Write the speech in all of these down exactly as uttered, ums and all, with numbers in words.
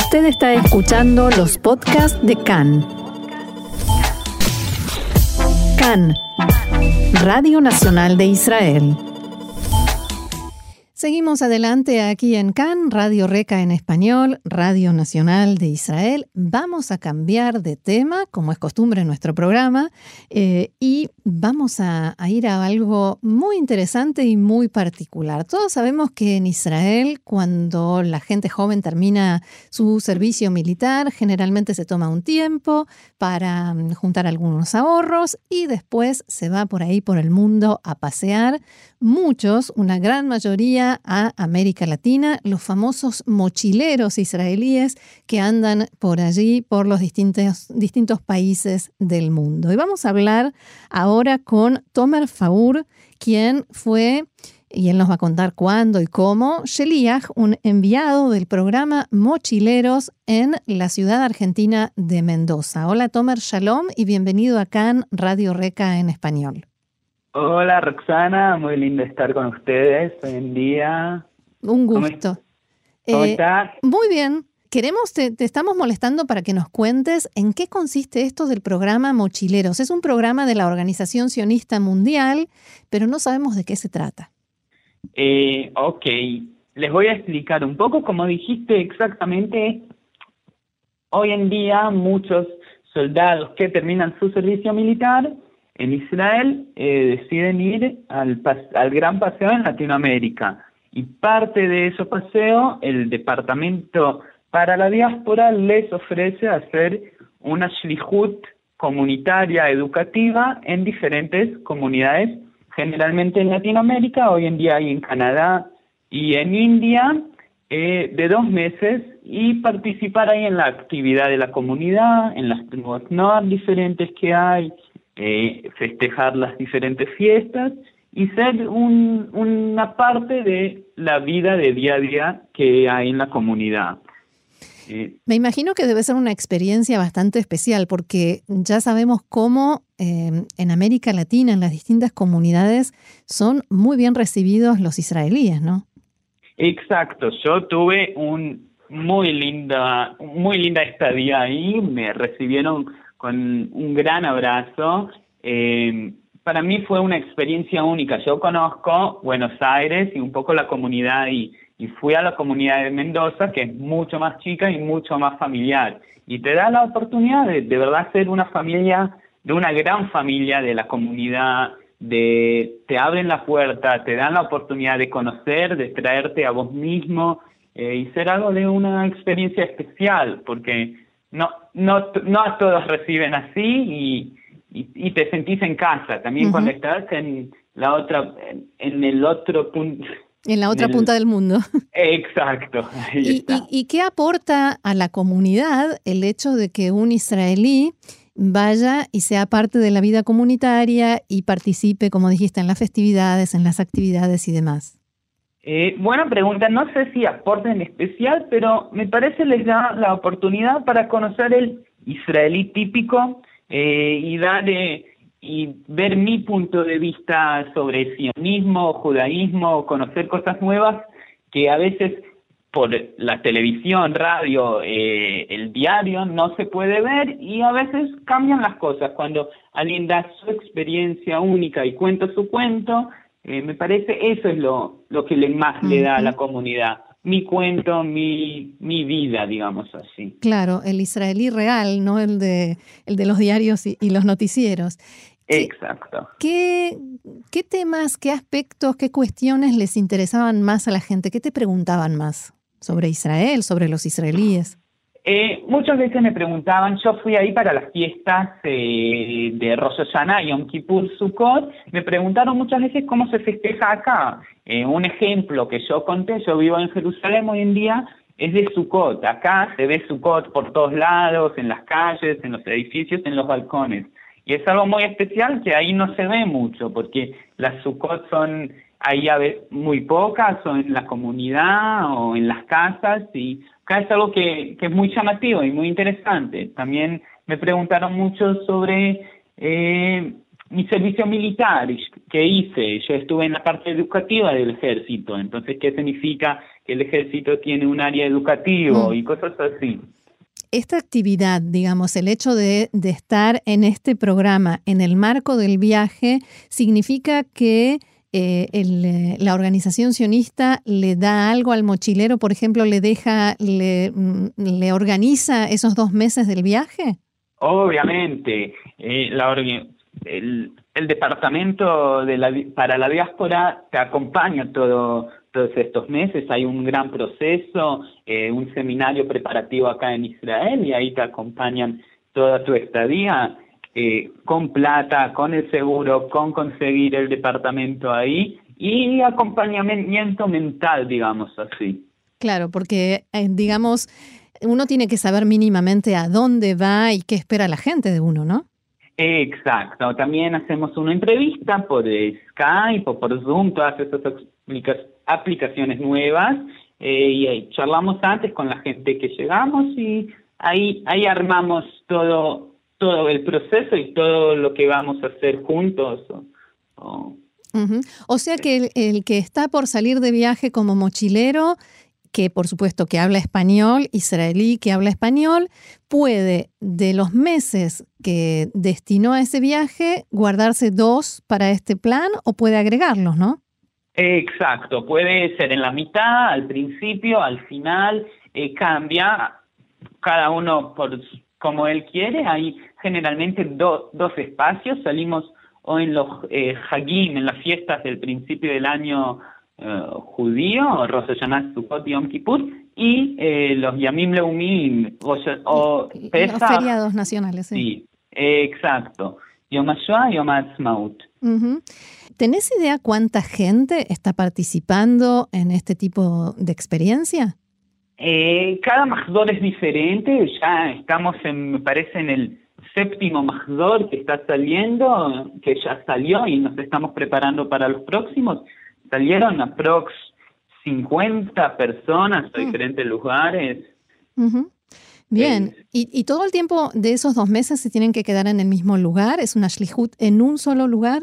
Usted está escuchando los podcasts de C A N. C A N, Radio Nacional de Israel. Seguimos adelante aquí en C A N, Radio Reca en español, Radio Nacional de Israel. Vamos a cambiar de tema, como es costumbre en nuestro programa, eh, y vamos a, a ir a algo muy interesante y muy particular. Todos sabemos que en Israel, cuando la gente joven termina su servicio militar, generalmente se toma un tiempo para juntar algunos ahorros y después se va por ahí por el mundo a pasear. Muchos, una gran mayoría, a América Latina, los famosos mochileros israelíes que andan por allí, por los distintos, distintos países del mundo. Y vamos a hablar ahora con Tomer Faur, quien fue, y él nos va a contar cuándo y cómo, Sheliach, un enviado del programa Mochileros en la ciudad argentina de Mendoza. Hola Tomer, shalom y bienvenido a C A N, Radio Reca en español. Hola Roxana, muy lindo estar con ustedes hoy en día. Un gusto. ¿Cómo eh, estás? Muy bien. Queremos, te, te estamos molestando para que nos cuentes en qué consiste esto del programa Mochileros. Es un programa de la Organización Sionista Mundial, pero no sabemos de qué se trata. Eh, ok, les voy a explicar un poco. Como dijiste exactamente, hoy en día muchos soldados que terminan su servicio militar en Israel eh, deciden ir al, al gran paseo en Latinoamérica. Y parte de ese paseo, el Departamento para la Diáspora les ofrece hacer una shlichut comunitaria educativa en diferentes comunidades, generalmente en Latinoamérica, hoy en día hay en Canadá y en India, eh, de dos meses, y participar ahí en la actividad de la comunidad, en las no diferentes que hay, Eh, festejar las diferentes fiestas y ser un, una parte de la vida de día a día que hay en la comunidad. Eh, Me imagino que debe ser una experiencia bastante especial porque ya sabemos cómo eh, en América Latina, en las distintas comunidades, son muy bien recibidos los israelíes, ¿no? Exacto, yo tuve un muy linda, muy linda estadía ahí, me recibieron con un gran abrazo. Eh, para mí fue una experiencia única. Yo conozco Buenos Aires y un poco la comunidad y, y fui a la comunidad de Mendoza, que es mucho más chica y mucho más familiar. Y te da la oportunidad de, de verdad ser una familia, de una gran familia de la comunidad, de te abren la puerta, te dan la oportunidad de conocer, de traerte a vos mismo eh, y ser algo de una experiencia especial, porque No, no, no a todos reciben así y, y, y te sentís en casa. También uh-huh. Cuando estás en la otra, en, en el otro punto. En la otra el, punta del mundo. Exacto. Ahí ¿Y, está. y, ¿Y qué aporta a la comunidad el hecho de que un israelí vaya y sea parte de la vida comunitaria y participe, como dijiste, en las festividades, en las actividades y demás? Eh, buena pregunta, no sé si aporta en especial, pero me parece les da la oportunidad para conocer el israelí típico eh, y darle y ver mi punto de vista sobre el sionismo, judaísmo, conocer cosas nuevas que a veces por la televisión, radio, eh, el diario no se puede ver y a veces cambian las cosas. Cuando alguien da su experiencia única y cuenta su cuento, Eh, me parece eso es lo, lo que le más le da a la comunidad. Mi cuento, mi, mi vida, digamos así. Claro, el israelí real, no el de, el de los diarios y, y los noticieros. Exacto. ¿Qué, ¿Qué temas, qué aspectos, qué cuestiones les interesaban más a la gente? ¿Qué te preguntaban más sobre Israel, sobre los israelíes? Eh, muchas veces me preguntaban, yo fui ahí para las fiestas eh, de Rosh Hashanah, Yom Kippur, Sukkot, me preguntaron muchas veces cómo se festeja acá. Eh, un ejemplo que yo conté, yo vivo en Jerusalén hoy en día, es de Sukkot. Acá se ve Sukkot por todos lados, en las calles, en los edificios, en los balcones. Y es algo muy especial que ahí no se ve mucho, porque las Sukkot son ahí a veces muy pocas, o en la comunidad, o en las casas, y acá es algo que, que es muy llamativo y muy interesante. También me preguntaron mucho sobre eh, mi servicio militar que hice. Yo estuve en la parte educativa del ejército, entonces, ¿qué significa que el ejército tiene un área educativo mm. y cosas así. Esta actividad, digamos, el hecho de, de estar en este programa, en el marco del viaje, significa que eh, el, la organización sionista le da algo al mochilero, por ejemplo, le deja, le, le organiza esos dos meses del viaje. Obviamente, eh, la, el, el departamento de la, para la diáspora te acompaña todo. Todos estos meses hay un gran proceso, eh, un seminario preparativo acá en Israel y ahí te acompañan toda tu estadía eh, con plata, con el seguro, con conseguir el departamento ahí y acompañamiento mental, digamos así. Claro, porque eh, digamos, uno tiene que saber mínimamente a dónde va y qué espera la gente de uno, ¿no? Exacto. También hacemos una entrevista por Skype o por Zoom, todas esas explicaciones. aplicaciones nuevas eh, y ahí charlamos antes con la gente que llegamos y ahí ahí armamos todo todo el proceso y todo lo que vamos a hacer juntos. O, o, uh-huh. o sea que el, el que está por salir de viaje como mochilero, que por supuesto que habla español, israelí que habla español, puede de los meses que destinó a ese viaje guardarse dos para este plan o puede agregarlos, ¿no? Exacto, puede ser en la mitad, al principio, al final, eh, cambia cada uno por como él quiere. Hay generalmente do, dos espacios, salimos o en los eh, Hagim, en las fiestas del principio del año eh, judío, Rosh Hashanah, Sukkot y Yom Kippur, y eh, los Yamim Leumim, o, o Pesach. Los feriados nacionales, sí. Sí, eh, exacto. Yom HaShoah y Yom HaAtzmaut. Uh-huh. ¿Tenés idea cuánta gente está participando en este tipo de experiencia? Eh, cada Mahdor es diferente. Ya estamos, en, me parece, en el séptimo Mahdor que está saliendo, que ya salió y nos estamos preparando para los próximos. Salieron aprox cincuenta personas de uh. diferentes lugares. Uh-huh. Bien, eh, ¿Y, ¿y todo el tiempo de esos dos meses se tienen que quedar en el mismo lugar? ¿Es una shlichut en un solo lugar?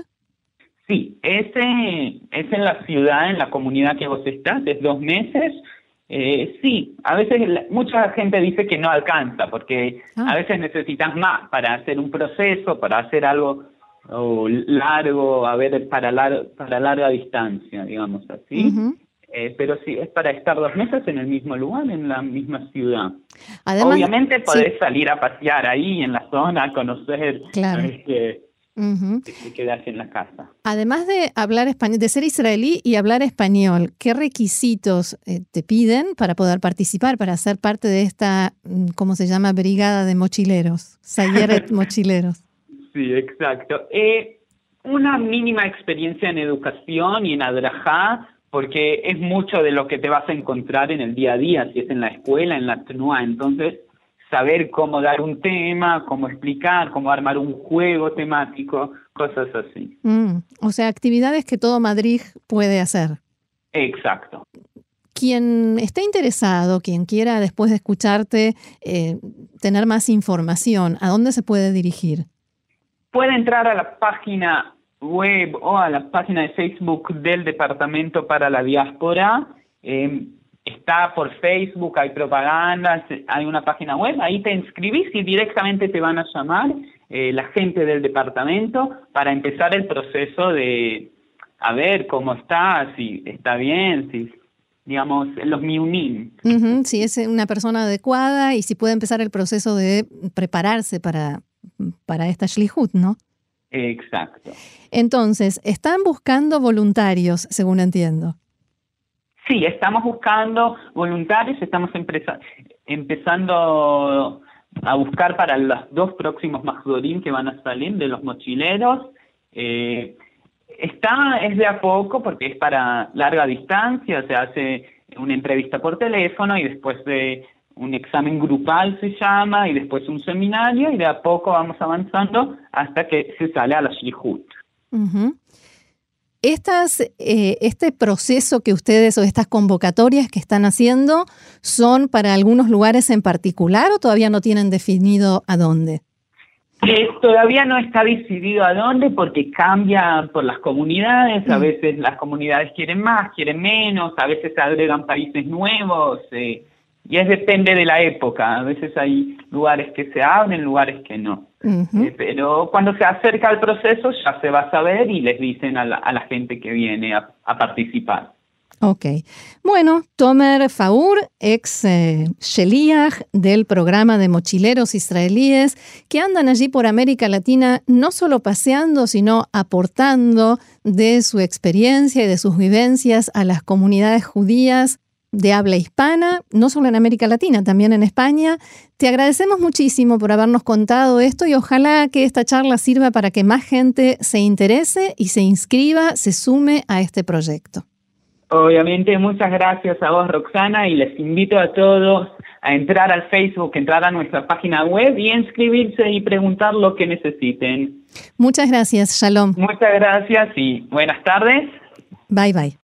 Sí, ese es en la ciudad, en la comunidad que vos estás, es dos meses. Eh, sí, a veces la, mucha gente dice que no alcanza, porque ah. a veces necesitas más para hacer un proceso, para hacer algo oh, largo, a ver, para, lar, para larga distancia, digamos así. Uh-huh. Eh, pero sí, es para estar dos meses en el mismo lugar, en la misma ciudad. Además, obviamente podés sí. salir a pasear ahí en la zona, conocer, claro. este, uh-huh. y quedarse en la casa. Además de hablar español, de ser israelí y hablar español, ¿qué requisitos eh, te piden para poder participar, para ser parte de esta, ¿cómo se llama? Brigada de mochileros, Sayeret Mochileros. Sí, exacto. Eh, una mínima experiencia en educación y en adrajá, porque es mucho de lo que te vas a encontrar en el día a día, si es en la escuela, en la tenúa. Entonces, saber cómo dar un tema, cómo explicar, cómo armar un juego temático, cosas así. Mm, o sea, actividades que todo Madrid puede hacer. Exacto. Quien esté interesado, quien quiera después de escucharte eh, tener más información, ¿a dónde se puede dirigir? Puede entrar a la página web o a la página de Facebook del Departamento para la Diáspora. Eh, está por Facebook, hay propagandas, hay una página web, ahí te inscribís y directamente te van a llamar eh, la gente del departamento para empezar el proceso de a ver cómo está, si está bien, si digamos, los miunim. Uh-huh, si es una persona adecuada y si puede empezar el proceso de prepararse para, para esta shlichut, ¿no? Exacto. Entonces, están buscando voluntarios, según entiendo. Sí, estamos buscando voluntarios, estamos empresa- empezando a buscar para los dos próximos Mahzorim que van a salir de los mochileros. Eh, está, es de a poco porque es para larga distancia, se hace una entrevista por teléfono y después de un examen grupal se llama y después un seminario y de a poco vamos avanzando hasta que se sale a la shlichut. Uh-huh. Estas, eh, este proceso que ustedes o estas convocatorias que están haciendo son para algunos lugares en particular o todavía no tienen definido a dónde? Eh, todavía no está decidido a dónde porque cambia por las comunidades, a veces las comunidades quieren más, quieren menos, a veces se agregan países nuevos, eh, y es depende de la época, a veces hay lugares que se abren, lugares que no. Uh-huh. Eh, pero cuando se acerca el proceso ya se va a saber y les dicen a la, a la gente que viene a, a participar. Ok. Bueno, Tomer Faur, ex eh, Sheliach del programa de mochileros israelíes que andan allí por América Latina no solo paseando, sino aportando de su experiencia y de sus vivencias a las comunidades judías de habla hispana, no solo en América Latina, también en España. Te agradecemos muchísimo por habernos contado esto y ojalá que esta charla sirva para que más gente se interese y se inscriba, se sume a este proyecto. Obviamente, muchas gracias a vos, Roxana, y les invito a todos a entrar al Facebook, entrar a nuestra página web y inscribirse y preguntar lo que necesiten. Muchas gracias, Shalom. Muchas gracias y buenas tardes. Bye, bye.